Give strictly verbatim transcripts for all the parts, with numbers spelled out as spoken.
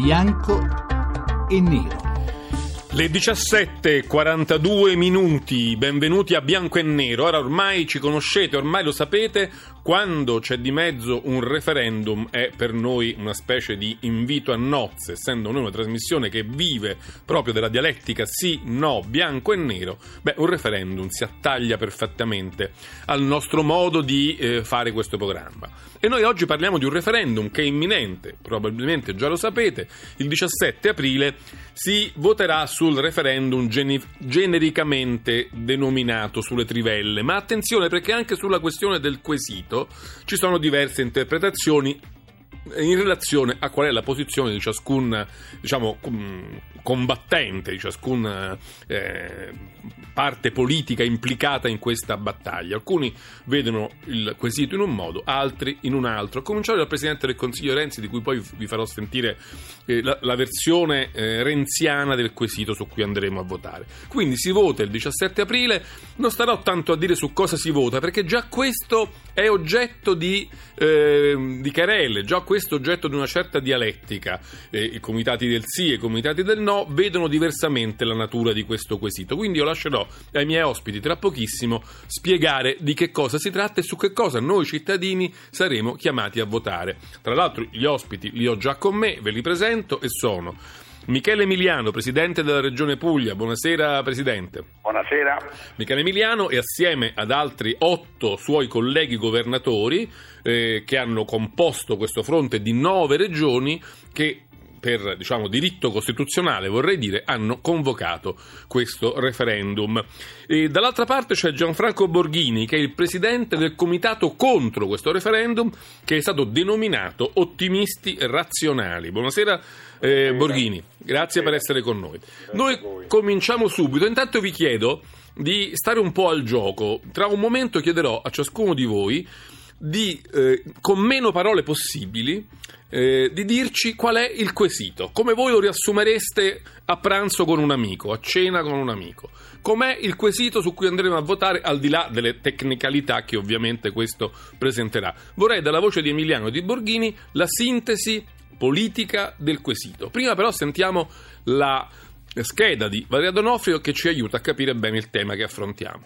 bianco e nero. Le diciassette e quarantadue minuti, benvenuti a Bianco e Nero. Ora ormai ci conoscete, ormai lo sapete, quando c'è di mezzo un referendum è per noi una specie di invito a nozze, essendo noi una trasmissione che vive proprio della dialettica sì, no, bianco e nero. Beh, un referendum si attaglia perfettamente al nostro modo di eh, fare questo programma. E noi oggi parliamo di un referendum che è imminente, probabilmente già lo sapete, il diciassette aprile si voterà sul referendum geni- genericamente denominato sulle trivelle, ma attenzione perché anche sulla questione del quesito ci sono diverse interpretazioni in relazione a qual è la posizione di ciascun, diciamo, combattente, di ciascun eh, parte politica implicata in questa battaglia. Alcuni vedono il quesito in un modo, altri in un altro, a cominciare dal Presidente del Consiglio Renzi, di cui poi vi farò sentire eh, la, la versione eh, renziana del quesito su cui andremo a votare. Quindi si vota il diciassette aprile, non starò tanto a dire su cosa si vota, perché già questo è oggetto di, eh, di querele, già questo oggetto di una certa dialettica. Eh, i comitati del sì e i comitati del no vedono diversamente la natura di questo quesito, quindi io lascerò ai miei ospiti tra pochissimo spiegare di che cosa si tratta e su che cosa noi cittadini saremo chiamati a votare. Tra l'altro gli ospiti li ho già con me, ve li presento e sono Michele Emiliano, Presidente della Regione Puglia. Buonasera Presidente. Buonasera. Michele Emiliano e assieme ad altri otto suoi colleghi governatori eh, che hanno composto questo fronte di nove regioni che per, diciamo, diritto costituzionale, vorrei dire, hanno convocato questo referendum. E dall'altra parte c'è Gianfranco Borghini, che è il presidente del comitato contro questo referendum, che è stato denominato Ottimisti Razionali. Buonasera eh, Borghini, grazie per essere con noi. Noi cominciamo subito. Intanto vi chiedo di stare un po' al gioco. Tra un momento chiederò a ciascuno di voi di, eh, con meno parole possibili, Eh, di dirci qual è il quesito, come voi lo riassumereste a pranzo con un amico, a cena con un amico. Com'è il quesito su cui andremo a votare, al di là delle tecnicalità che ovviamente questo presenterà. Vorrei dalla voce di Emiliano e di Borghini la sintesi politica del quesito. Prima però sentiamo la scheda di Valeria D'Onofrio che ci aiuta a capire bene il tema che affrontiamo.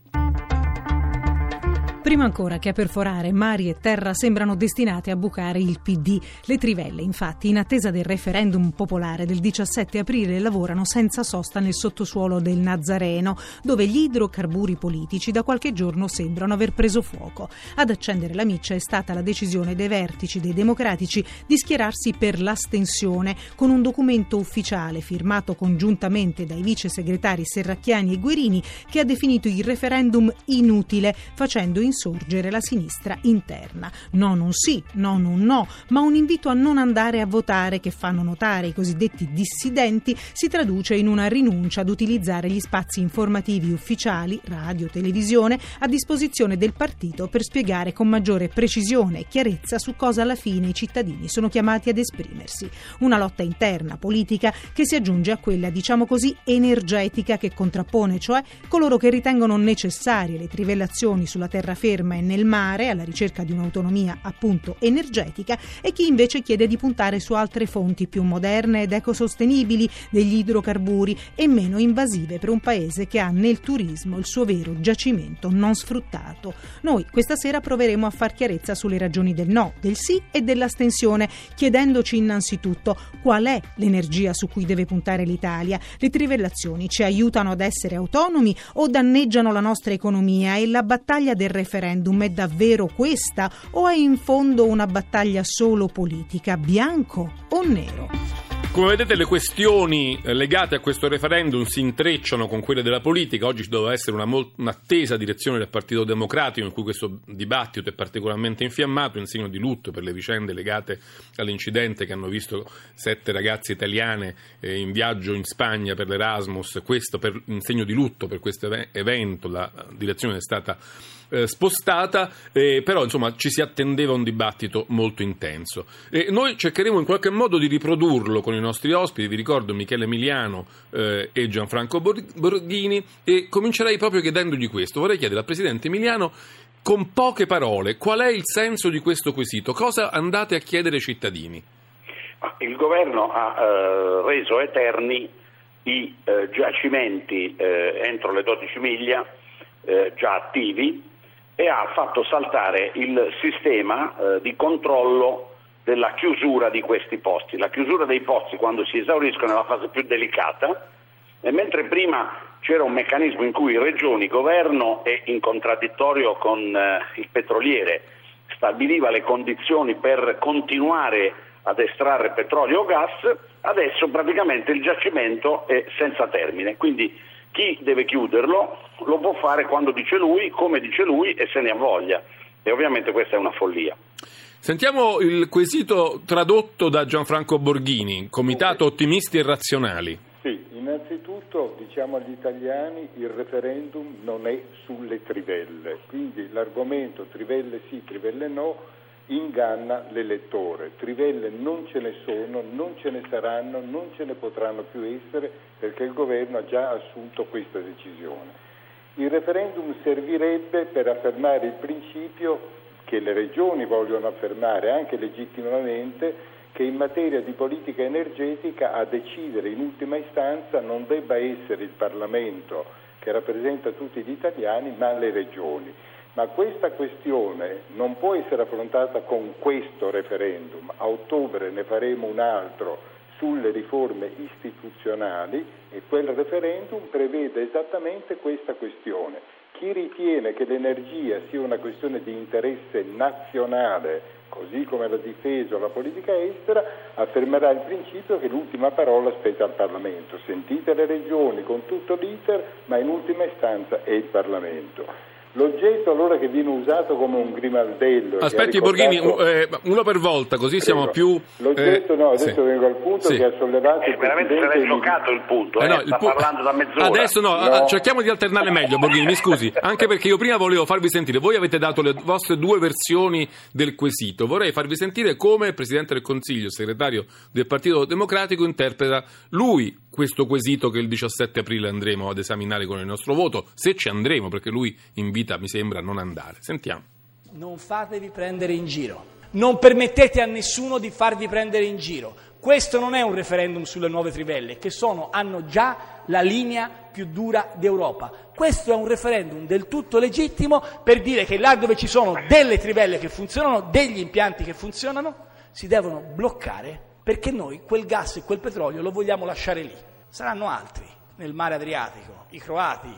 Prima ancora che a perforare mari e terra sembrano destinate a bucare il P D. Le trivelle, infatti, in attesa del referendum popolare del diciassette aprile, lavorano senza sosta nel sottosuolo del Nazareno, dove gli idrocarburi politici da qualche giorno sembrano aver preso fuoco. Ad accendere la miccia è stata la decisione dei vertici dei democratici di schierarsi per l'astensione, con un documento ufficiale firmato congiuntamente dai vice segretari Serracchiani e Guerini, che ha definito il referendum inutile, facendo in sorgere la sinistra interna. Non un sì, non un no, ma un invito a non andare a votare che fanno notare i cosiddetti dissidenti si traduce in una rinuncia ad utilizzare gli spazi informativi ufficiali, radio, televisione, a disposizione del partito per spiegare con maggiore precisione e chiarezza su cosa alla fine i cittadini sono chiamati ad esprimersi. Una lotta interna politica che si aggiunge a quella, diciamo così, energetica, che contrappone cioè coloro che ritengono necessarie le trivellazioni sulla terraferma ferma e nel mare, alla ricerca di un'autonomia appunto energetica, e chi invece chiede di puntare su altre fonti più moderne ed ecosostenibili degli idrocarburi e meno invasive per un paese che ha nel turismo il suo vero giacimento non sfruttato. Noi questa sera proveremo a far chiarezza sulle ragioni del no, del sì e dell'astensione, chiedendoci innanzitutto qual è l'energia su cui deve puntare l'Italia. Le trivellazioni ci aiutano ad essere autonomi o danneggiano la nostra economia? E la battaglia del referendum è davvero questa o è in fondo una battaglia solo politica, bianco o nero? Come vedete, le questioni legate a questo referendum si intrecciano con quelle della politica. Oggi ci doveva essere una molt- un'attesa direzione del Partito Democratico, in cui questo dibattito è particolarmente infiammato, in segno di lutto per le vicende legate all'incidente che hanno visto sette ragazze italiane eh, in viaggio in Spagna per l'Erasmus. Questo per, in segno di lutto per questo evento, la direzione è stata eh, spostata, eh, però insomma ci si attendeva un dibattito molto intenso. E noi cercheremo in qualche modo di riprodurlo con i nostri ospiti. Vi ricordo Michele Emiliano eh, e Gianfranco Borghini, e comincerei proprio chiedendogli questo. Vorrei chiedere al Presidente Emiliano, con poche parole, qual è il senso di questo quesito? Cosa andate a chiedere ai cittadini? Il governo ha eh, reso eterni i eh, giacimenti eh, entro le dodici miglia eh, già attivi e ha fatto saltare il sistema eh, di controllo della chiusura di questi posti. La chiusura dei pozzi quando si esauriscono è la fase più delicata, e mentre prima c'era un meccanismo in cui regioni, governo e in contraddittorio con eh, il petroliere stabiliva le condizioni per continuare ad estrarre petrolio o gas, adesso praticamente il giacimento è senza termine, quindi chi deve chiuderlo lo può fare quando dice lui, come dice lui e se ne ha voglia, e ovviamente questa è una follia. Sentiamo il quesito tradotto da Gianfranco Borghini, Comitato Ottimisti e Razionali. Sì, innanzitutto diciamo agli italiani il referendum non è sulle trivelle, quindi l'argomento trivelle sì, trivelle no inganna l'elettore. Trivelle non ce ne sono, non ce ne saranno, non ce ne potranno più essere perché il governo ha già assunto questa decisione. Il referendum servirebbe per affermare il principio che le regioni vogliono affermare anche legittimamente, che in materia di politica energetica a decidere in ultima istanza non debba essere il Parlamento che rappresenta tutti gli italiani ma le regioni. Ma questa questione non può essere affrontata con questo referendum. A ottobre ne faremo un altro sulle riforme istituzionali e quel referendum prevede esattamente questa questione. Chi ritiene che l'energia sia una questione di interesse nazionale, così come la difesa o la politica estera, affermerà il principio che l'ultima parola spetta al Parlamento. Sentite le regioni con tutto l'iter, ma in ultima istanza è il Parlamento. L'oggetto allora che viene usato come un grimaldello. Aspetti ricordato... Borghini, eh, uno per volta, così Prego. Siamo più... L'oggetto eh, no, adesso sì. vengo al punto sì. che ha sollevato eh, il veramente se l'è giocato il punto, eh, eh, no, sta il pu- parlando da mezz'ora. Adesso no, no, cerchiamo di alternare meglio Borghini, mi scusi, anche perché io prima volevo farvi sentire, voi avete dato le vostre due versioni del quesito, vorrei farvi sentire come il Presidente del Consiglio, segretario del Partito Democratico, interpreta lui questo quesito che il diciassette aprile andremo ad esaminare con il nostro voto, se ci andremo, perché lui invita, mi sembra, a non andare. Sentiamo. Non fatevi prendere in giro, non permettete a nessuno di farvi prendere in giro. Questo non è un referendum sulle nuove trivelle, che sono, hanno già la linea più dura d'Europa. Questo è un referendum del tutto legittimo per dire che là dove ci sono delle trivelle che funzionano, degli impianti che funzionano, si devono bloccare perché noi quel gas e quel petrolio lo vogliamo lasciare lì. Saranno altri, nel mare Adriatico, i croati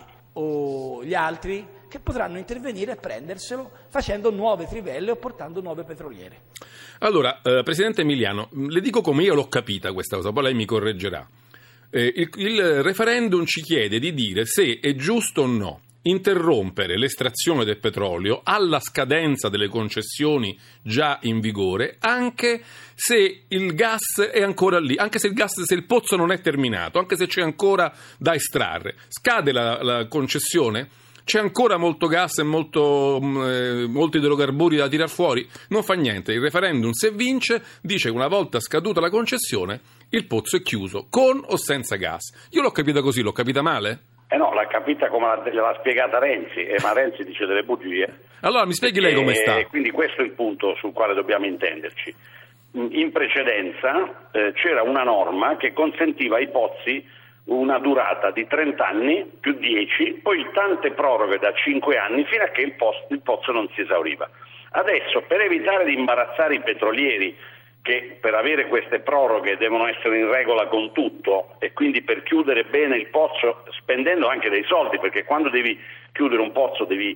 o gli altri, che potranno intervenire e prenderselo facendo nuove trivelle o portando nuove petroliere. Allora, eh, Presidente Emiliano, le dico come io l'ho capita questa cosa, poi lei mi correggerà. Eh, il, il referendum ci chiede di dire se è giusto o no interrompere l'estrazione del petrolio alla scadenza delle concessioni già in vigore, anche se il gas è ancora lì, anche se il gas, se il pozzo non è terminato, anche se c'è ancora da estrarre. Scade la, la concessione? C'è ancora molto gas e molto, eh, molti idrocarburi da tirar fuori? Non fa niente, il referendum se vince dice che una volta scaduta la concessione il pozzo è chiuso, con o senza gas. Io l'ho capita così, l'ho capita male? Eh no, l'ha capita come l'ha, l'ha spiegata Renzi, e ma Renzi dice delle bugie. Allora mi spieghi lei come sta. E quindi questo è il punto sul quale dobbiamo intenderci. In precedenza eh, c'era una norma che consentiva ai pozzi una durata di trenta anni più dieci, poi tante proroghe da cinque anni fino a che il, post, il pozzo non si esauriva. Adesso, per evitare di imbarazzare i petrolieri, che per avere queste proroghe devono essere in regola con tutto, e quindi per chiudere bene il pozzo spendendo anche dei soldi, perché quando devi chiudere un pozzo devi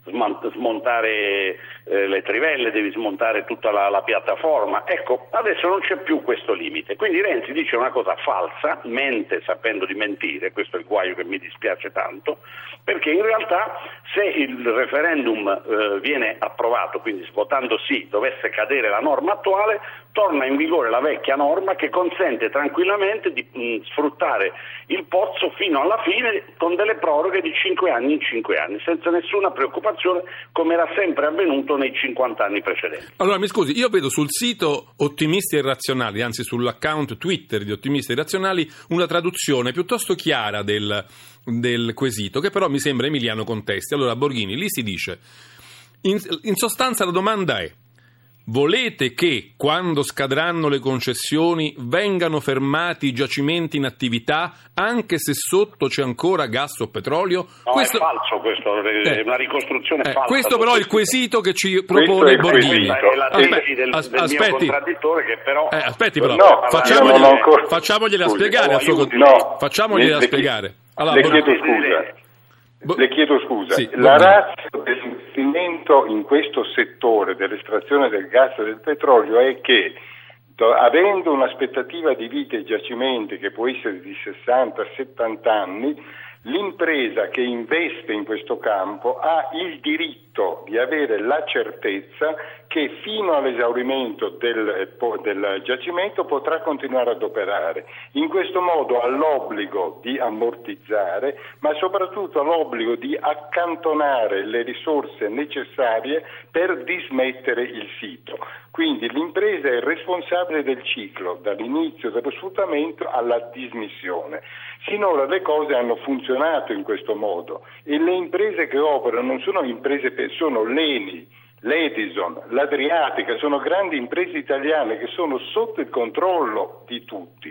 smontare eh, le trivelle, devi smontare tutta la, la piattaforma. Ecco, adesso non c'è più questo limite, quindi Renzi dice una cosa falsa, mente sapendo di mentire, questo è il guaio che mi dispiace tanto, perché in realtà se il referendum eh, viene approvato, quindi votando sì, dovesse cadere la norma attuale, torna in vigore la vecchia norma che consente tranquillamente di mh, sfruttare il pozzo fino alla fine con delle proroghe di cinque anni in cinque anni, senza nessuna preoccupazione, come era sempre avvenuto nei cinquanta anni precedenti. Allora mi scusi, io vedo sul sito Ottimisti e Razionali, anzi sull'account Twitter di Ottimisti e Razionali, una traduzione piuttosto chiara del, del quesito, che però mi sembra Emiliano contesti. Allora Borghini, lì si dice, in, in sostanza la domanda è: volete che quando scadranno le concessioni vengano fermati i giacimenti in attività anche se sotto c'è ancora gas o petrolio? No, questo... è falso questo, è eh, una ricostruzione eh, falsa. Questo però è il quesito che ci propone Borghini. Questa è la tesi del, As- del aspetti. mio contraddittore che però... Eh, aspetti però, no, facciamogli, no, no, facciamogliela scusi, spiegare al suo aiuti. contrario. No, Facciamogliela le, spiegare. Allora, le Borghini- chiedo scusa. Bo- Le chiedo scusa, Sì, la Borghini. razza dell'investimento in questo settore dell'estrazione del gas e del petrolio è che, do, avendo un'aspettativa di vita ai giacimenti che può essere di sessanta settanta anni, l'impresa che investe in questo campo ha il diritto di avere la certezza che fino all'esaurimento del, del giacimento potrà continuare ad operare. In questo modo ha l'obbligo di ammortizzare, ma soprattutto ha l'obbligo di accantonare le risorse necessarie per dismettere il sito. Quindi l'impresa è responsabile del ciclo, dall'inizio dello sfruttamento alla dismissione. Sinora le cose hanno funzionato in questo modo e le imprese che operano non sono imprese, sono l'Eni, l'Edison, l'Adriatica, sono grandi imprese italiane che sono sotto il controllo di tutti.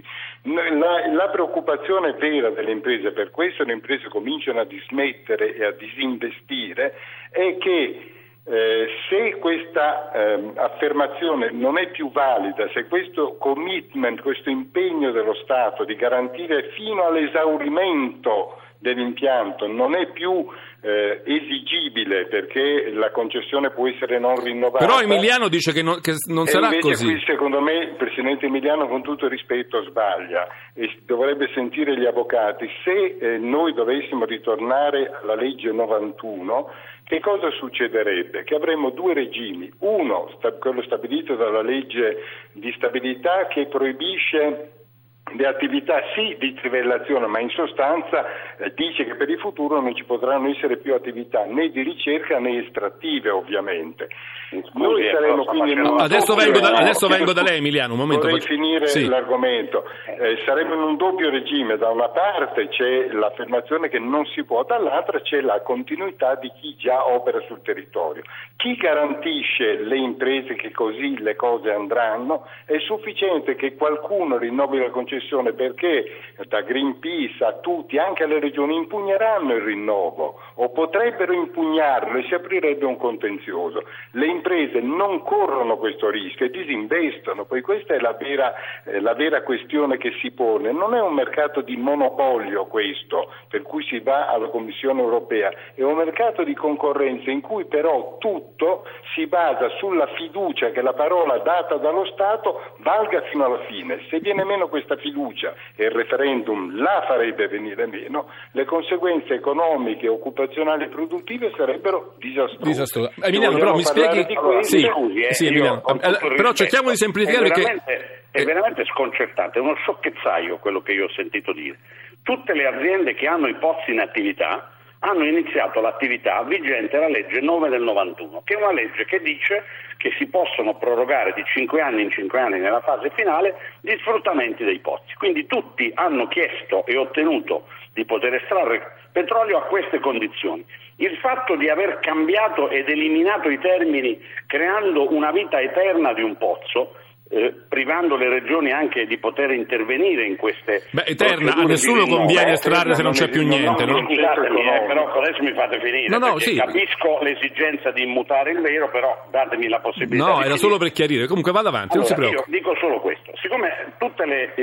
La, la preoccupazione vera delle imprese, per questo le imprese cominciano a dismettere e a disinvestire, è che Eh, se questa eh, affermazione non è più valida, se questo commitment, questo impegno dello Stato di garantire fino all'esaurimento dell'impianto non è più eh, esigibile perché la concessione può essere non rinnovata. Però Emiliano dice che non, che non sarà invece così. Qui secondo me il Presidente Emiliano, con tutto il rispetto, sbaglia e dovrebbe sentire gli avvocati. Se eh, noi dovessimo ritornare alla legge novantuno, che cosa succederebbe? Che avremmo due regimi, uno, sta, quello stabilito dalla legge di stabilità, che proibisce le attività sì di trivellazione, ma in sostanza eh, dice che per il futuro non ci potranno essere più attività né di ricerca né estrattive, ovviamente. Scusi, Noi saremo quindi in un Adesso doppio vengo da, regime. adesso vengo da lei, Emiliano, un momento. Vorrei faccio- finire sì. l'argomento. Eh, saremo in un doppio regime, da una parte c'è l'affermazione che non si può, dall'altra c'è la continuità di chi già opera sul territorio. Chi garantisce le imprese che così le cose andranno? È sufficiente che qualcuno rinnovi la concessione, perché da Greenpeace a tutti, anche alle regioni, impugneranno il rinnovo o potrebbero impugnarlo e si aprirebbe un contenzioso. Le imprese non corrono questo rischio e disinvestono, poi questa è la vera, eh, la vera questione che si pone. Non è un mercato di monopolio questo, per cui si va alla Commissione europea, è un mercato di concorrenza in cui però tutto si basa sulla fiducia che la parola data dallo Stato valga fino alla fine. Se viene meno questa fiducia e il referendum la farebbe venire meno, le conseguenze economiche, occupazionali e produttive sarebbero disastrose. Disastroso. Emiliano, però mi spieghi... Di questo, Sì, scusi, eh, sì, io, Emiliano. con tutto Eh, il però rispetto, cerchiamo di semplificare è perché... veramente, è veramente sconcertante, è uno sciocchezzaio quello che io ho sentito dire. Tutte le aziende che hanno i pozzi in attività hanno iniziato l'attività vigente la legge nove del novantuno, che è una legge che dice che si possono prorogare di cinque anni in cinque anni nella fase finale gli sfruttamenti dei pozzi. Quindi tutti hanno chiesto e ottenuto di poter estrarre petrolio a queste condizioni. Il fatto di aver cambiato ed eliminato i termini creando una vita eterna di un pozzo, Eh, privando le regioni anche di poter intervenire in queste Beh, eterna, a nessuno conviene estrarre se non c'è più niente, no? no? Scusatemi, eh, però adesso mi fate finire, No, no, perché sì. capisco l'esigenza di immutare il vero, però datemi la possibilità. No, di era finire. solo per chiarire. Comunque vada avanti, non si Allora, preoccupi. io dico solo questo, siccome tutti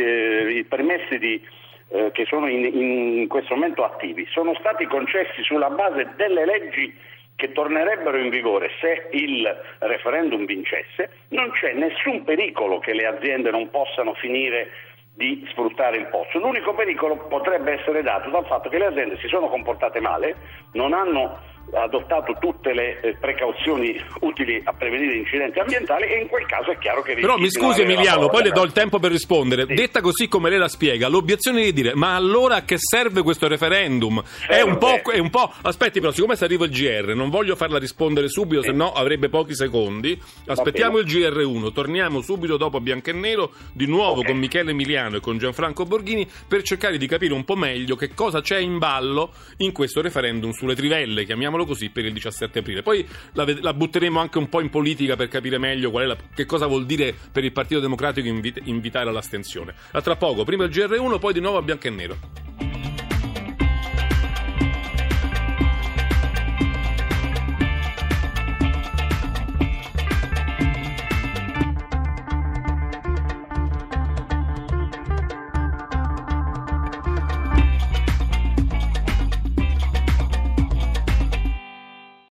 i permessi di, eh, che sono in, in questo momento attivi sono stati concessi sulla base delle leggi che tornerebbero in vigore se il referendum vincesse, non c'è nessun pericolo che le aziende non possano finire di sfruttare il pozzo. L'unico pericolo potrebbe essere dato dal fatto che le aziende si sono comportate male, non hanno adottato tutte le eh, precauzioni utili a prevenire incidenti ambientali e in quel caso è chiaro che... Però mi scusi Emiliano, poi le do il tempo per rispondere. Sì. Detta così come lei la spiega, l'obiezione di dire ma allora a che serve questo referendum? Serve. È un po', è un po'... Aspetti però, siccome se arriva il G R, non voglio farla rispondere subito, Sì. se no avrebbe pochi secondi. Aspettiamo il G R uno, torniamo subito dopo Bianco e Nero, di nuovo Okay. con Michele Emiliano e con Gianfranco Borghini, per cercare di capire un po' meglio che cosa c'è in ballo in questo referendum sulle trivelle, chiamiamolo chiamiamolo così, per il diciassette aprile. Poi la, la butteremo anche un po' in politica per capire meglio qual è la, che cosa vuol dire per il Partito Democratico invit- invitare all'astensione. A tra poco, prima il G R uno, poi di nuovo a Bianco e Nero.